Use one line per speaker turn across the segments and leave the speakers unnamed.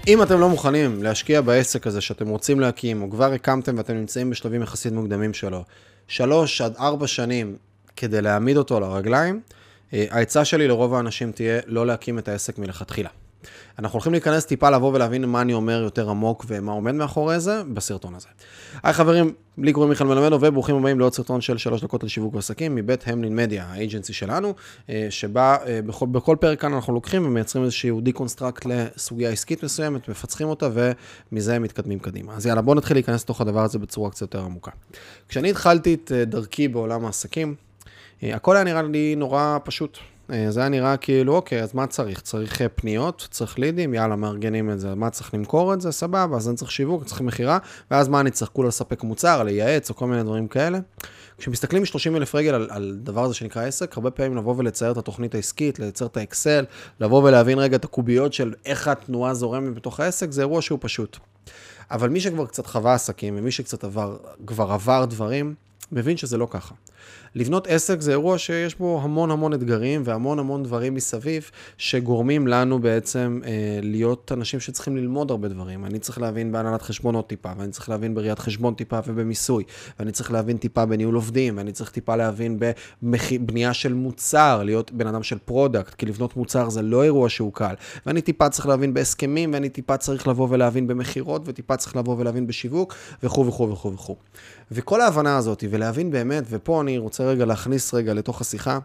אם אתם לא מוכנים להשקיע בעסק הזה שאתם רוצים להקים, או כבר הקמתם ואתם נמצאים בשלבים יחסית מוקדמים שלו, 3 עד 4 שנים כדי להעמיד אותו על הרגליים, העצה שלי לרוב האנשים תהיה לא להקים את העסק מלכתחילה. אנחנו הולכים להיכנס טיפה לבוא ולהבין מה אני אומר יותר עמוק ומה עומד מאחורי זה בסרטון הזה. היי חברים, לי קוראים מיכאל מלמד וברוכים הבאים לעוד סרטון של 3 דקות לשיווק ועסקים מבית המלין מדיה, האג'נסי שלנו, שבה בכל פרק כאן אנחנו לוקחים ומייצרים איזשהו דיקונסטרקט לסוגיה עסקית מסוימת, מפצחים אותה ומזה מתקדמים קדימה. אז יאללה, בואו נתחיל להיכנס לתוך הדבר הזה בצורה קצת יותר עמוקה. כשאני התחלתי את דרכי בעולם העסקים, הכל היה נראה לי נורא פשוט. זה היה נראה כאילו, אוקיי, אז מה צריך? צריך פניות, צריך לידים, יאללה, מארגנים את זה. מה צריך למכור את זה? סבבה, אז אני צריך שיווק, צריך מחירה, ואז מה אני צריך? כולה לספק מוצר, לייעץ או כל מיני דברים כאלה. כשמסתכלים 30,000 רגל על דבר הזה שנקרא עסק, הרבה פעמים לבוא ולצייר את התוכנית העסקית, לייצר את האקסל, לבוא ולהבין רגע את הקוביות של איך התנועה זורמת בתוך העסק, זה אירוע שהוא פשוט. אבל מי שכבר קצת חווה עסקים, ומי שקצת כבר עבר דברים, מבין שזה לא ככה. לבנות עסק זה אירוע שיש בו המון אתגרים והמון דברים מסביב שגורמים לנו בעצם להיות אנשים שצריכים ללמוד הרבה דברים. אני צריך להבין בהנהלת חשבונות טיפה, ואני צריך להבין בראיית חשבון טיפה ובמיסוי, ואני צריך להבין טיפה בניהול עובדים, ואני צריך טיפה להבין בבנייה של מוצר, להיות בן אדם של פרודקט, כי לבנות מוצר זה לא אירוע שהוא קל. ואני טיפה צריך להבין בהסכמים, ואני טיפה צריך לבוא ולהבין במחירות, וטיפה צריך לבוא ולהבין בשיווק, וכו'. וכל ההבנה הזאת, ולהבין באמת, ופה אני רוצה רגע להכניס רגע לתוך השיחה,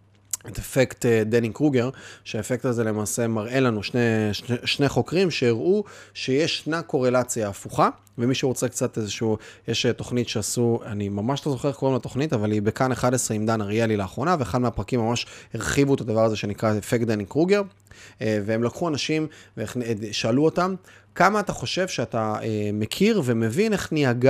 את אפקט דנינג קרוגר, שהאפקט הזה למעשה מראה לנו שני חוקרים שהראו שישנה קורלציה הפוכה, ומי שרוצה קצת איזשהו, יש תוכנית שעשו, אני ממש לא זוכר איך קוראים לתוכנית, אבל היא בכאן 11 עם דן אריאלי לאחרונה, ואחד מהפרקים ממש הרחיבו את הדבר הזה שנקרא אפקט דנינג קרוגר, והם לקחו אנשים ושאלו אותם, כמה אתה חושב שאתה מכיר ומבין איך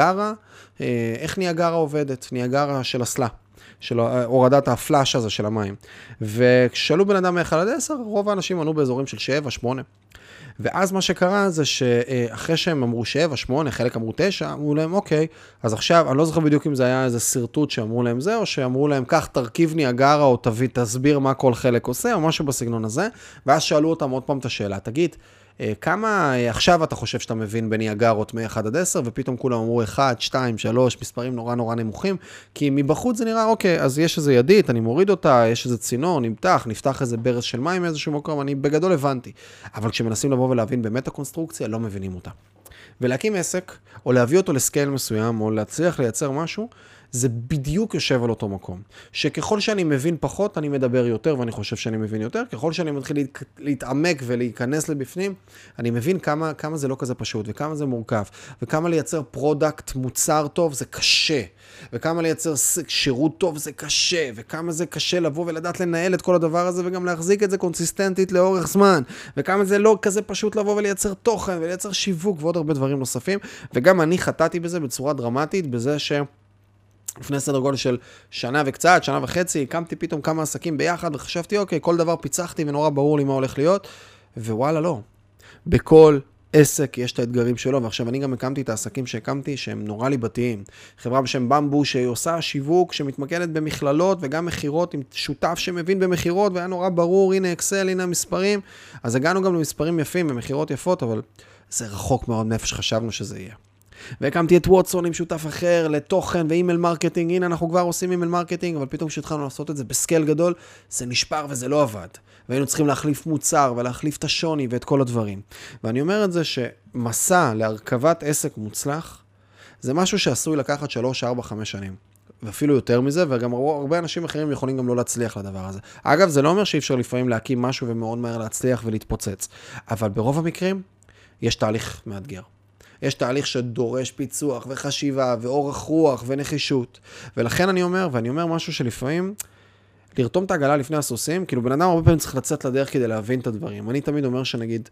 ניאגרה עובדת, ניאגרה של אסלה, של הורדת הפלאש הזה של המים. וכששאלו בן אדם מ-1 עד 10, רוב האנשים ענו באזורים של 7, 8. ואז מה שקרה זה שאחרי שהם אמרו 7, 8, חלק אמרו 9, אמרו להם אוקיי, אז עכשיו, אני לא זוכר בדיוק אם זה היה איזה סרטוט שאמרו להם זה, או שאמרו להם כך תרכיב ניאגרה, או תסביר מה כל חלק עושה, או משהו בסגנון הזה, ואז שאלו אותם עוד פעם את השאלה, תגיד, כמה עכשיו אתה חושב שאתה מבין בניאגרות מ-1 עד 10, ופתאום כולם אמרו 1, 2, 3, מספרים נורא נמוכים, כי מבחוץ זה נראה, אוקיי, אז יש איזה ידית, אני מוריד אותה, יש איזה צינור, נפתח איזה ברז של מים מאיזשהו מקום, אני בגדול הבנתי. אבל כשמנסים לבוא ולהבין באמת הקונסטרוקציה, לא מבינים אותה. ולהקים עסק, או להביא אותו לסקייל מסוים, או להצליח לייצר משהו, זה בדיוק יושב על אותו מקום. שככל שאני מבין פחות, אני מדבר יותר, ואני חושב שאני מבין יותר. ככל שאני מתחיל להתעמק ולהיכנס לבפנים, אני מבין כמה זה לא כזה פשוט, וכמה זה מורכב, וכמה לייצר פרודקט, מוצר טוב, זה קשה. וכמה לייצר שירות טוב, זה קשה. וכמה זה קשה לבוא ולדעת לנהל את כל הדבר הזה, וגם להחזיק את זה קונסיסטנטית לאורך זמן. וכמה זה לא כזה פשוט לבוא ולייצר תוכן, ולייצר שיווק, ועוד הרבה דברים נוספים. וגם אני חטאתי בזה בצורה דרמטית, בזה לפני סדר גודל של שנה וקצת, שנה וחצי, הקמתי פתאום כמה עסקים ביחד, וחשבתי, אוקיי, כל דבר פיצחתי ונורא ברור לי מה הולך להיות, ווואלה, לא. בכל עסק יש את האתגרים שלו, ועכשיו אני גם הקמתי את העסקים שהקמתי, שהם נורא ליבתיים. חברה בשם במבו, שהיא עושה שיווק, שמתמקדת במכללות, וגם מחירות, עם שותף שמבין במחירות, והיה נורא ברור, הנה אקסל, הנה המספרים. אז הגענו גם למספרים יפים, ומחירות יפות, אבל זה רחוק מאוד מאיפה שחשבנו שזה יהיה. והקמתי את ווטסון עם שותף אחר לתוכן ואימייל מרקטינג, הנה אנחנו כבר עושים אימייל מרקטינג, אבל פתאום כשהתחלנו לעשות את זה בסקייל גדול, זה נשבר וזה לא עבד. והיינו צריכים להחליף מוצר ולהחליף את השוני ואת כל הדברים. ואני אומר את זה שמסע להרכבת עסק מוצלח, זה משהו שעשוי לקחת 3, 4, 5 שנים. ואפילו יותר מזה, וגם הרבה אנשים אחרים יכולים גם לא להצליח לדבר הזה. אגב, זה לא אומר שאי אפשר לפעמים להקים משהו ומאוד מהר להצליח ולהתפוצץ. אבל ברוב המקרים, יש תהליך מאתגר. יש תהליך שדורש פיצוח וחשיבה ואורך רוח ונחישות. ולכן אני אומר משהו שלפעמים, לרתום את העגלה לפני הסוסים, כאילו בן אדם הרבה פעמים צריך לצאת לדרך כדי להבין את הדברים. אני תמיד אומר שנגיד,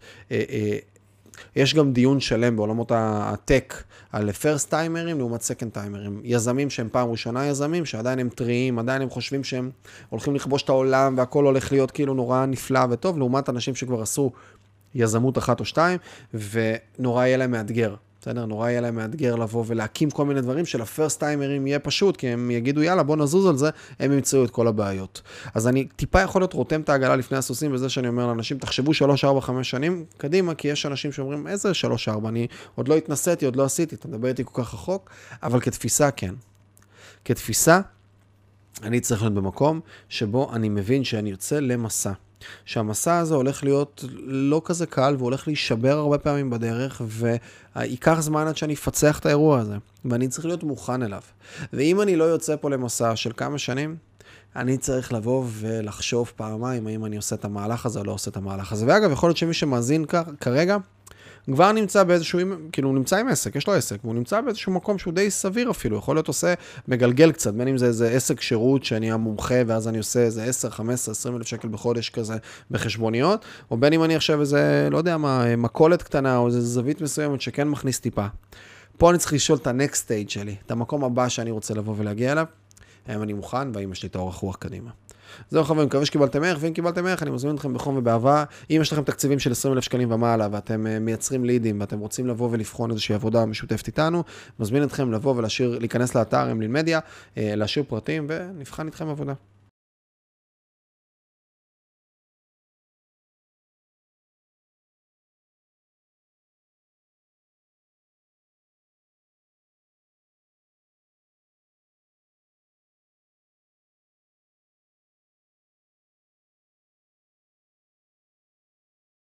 יש גם דיון שלם בעולמות הטק על פרסט טיימרים לעומת סקנד טיימרים. יזמים שהם פעם ראשונה יזמים, שעדיין הם טריים, עדיין הם חושבים שהם הולכים לכבוש את העולם והכל הולך להיות כאילו נורא נפלא וטוב, לעומת אנשים שכבר עשו יזמות 1 או 2, ונורא יהיה להם מאתגר. בסדר? נורא יהיה להם מאתגר לבוא ולהקים כל מיני דברים של הפרסט טיימרים יהיה פשוט, כי הם יגידו, יאללה, בוא נזוז על זה, הם ימצאו את כל הבעיות. אז אני טיפה יכול להיות רותם את העגלה לפני הסוסים, בזה שאני אומר לאנשים, תחשבו 3, 4, 5 שנים קדימה, כי יש אנשים שאומרים, איזה 3, 4, אני עוד לא התנסיתי, עוד לא עשיתי, אתה מדבר איתי כל כך רחוק, אבל כתפיסה כן. כתפיסה, אני צריך להיות במקום שבו אני מבין שאני יוצא למסע. שהמסע הזה הולך להיות לא כזה קל, והוא הולך להישבר הרבה פעמים בדרך, וייקח זמן עד שאני אפצח את האירוע הזה, ואני צריך להיות מוכן אליו. ואם אני לא יוצא פה למסע של כמה שנים, אני צריך לבוא ולחשוב פעמיים, האם אני עושה את המהלך הזה או לא עושה את המהלך הזה. ואגב, יכול להיות שמי שמאזין כרגע, כבר נמצא באיזשהו, כאילו הוא נמצא עם עסק, יש לו עסק, והוא נמצא באיזשהו מקום שהוא די סביר אפילו, יכול להיות עושה מגלגל קצת, בין אם זה איזה עסק שירות שאני המומחה, ואז אני עושה איזה 10, 15, 20 אלף שקל בחודש כזה בחשבוניות, או בין אם אני עכשיו איזה, לא יודע מה, מקולת קטנה, או איזה זווית מסוימת שכן מכניס טיפה. פה אני צריך לשאול את ה-next stage שלי, את המקום הבא שאני רוצה לבוא ולהגיע אליו, האם אני מוכן, והאם יש לי את האורך רוח קדימה. זהו חברים, מקווה שקיבלתם ערך, ואם קיבלתם ערך, אני מזמין אתכם בחום ובאהבה. אם יש לכם תקציבים של 20,000 שקלים ומעלה, ואתם מייצרים לידים, ואתם רוצים לבוא ולבחון איזושהי עבודה משותפת איתנו, מזמין אתכם לבוא ולהיכנס לאתר עם לינמדיה, להשאיר פרטים, ונבחן איתכם עבודה.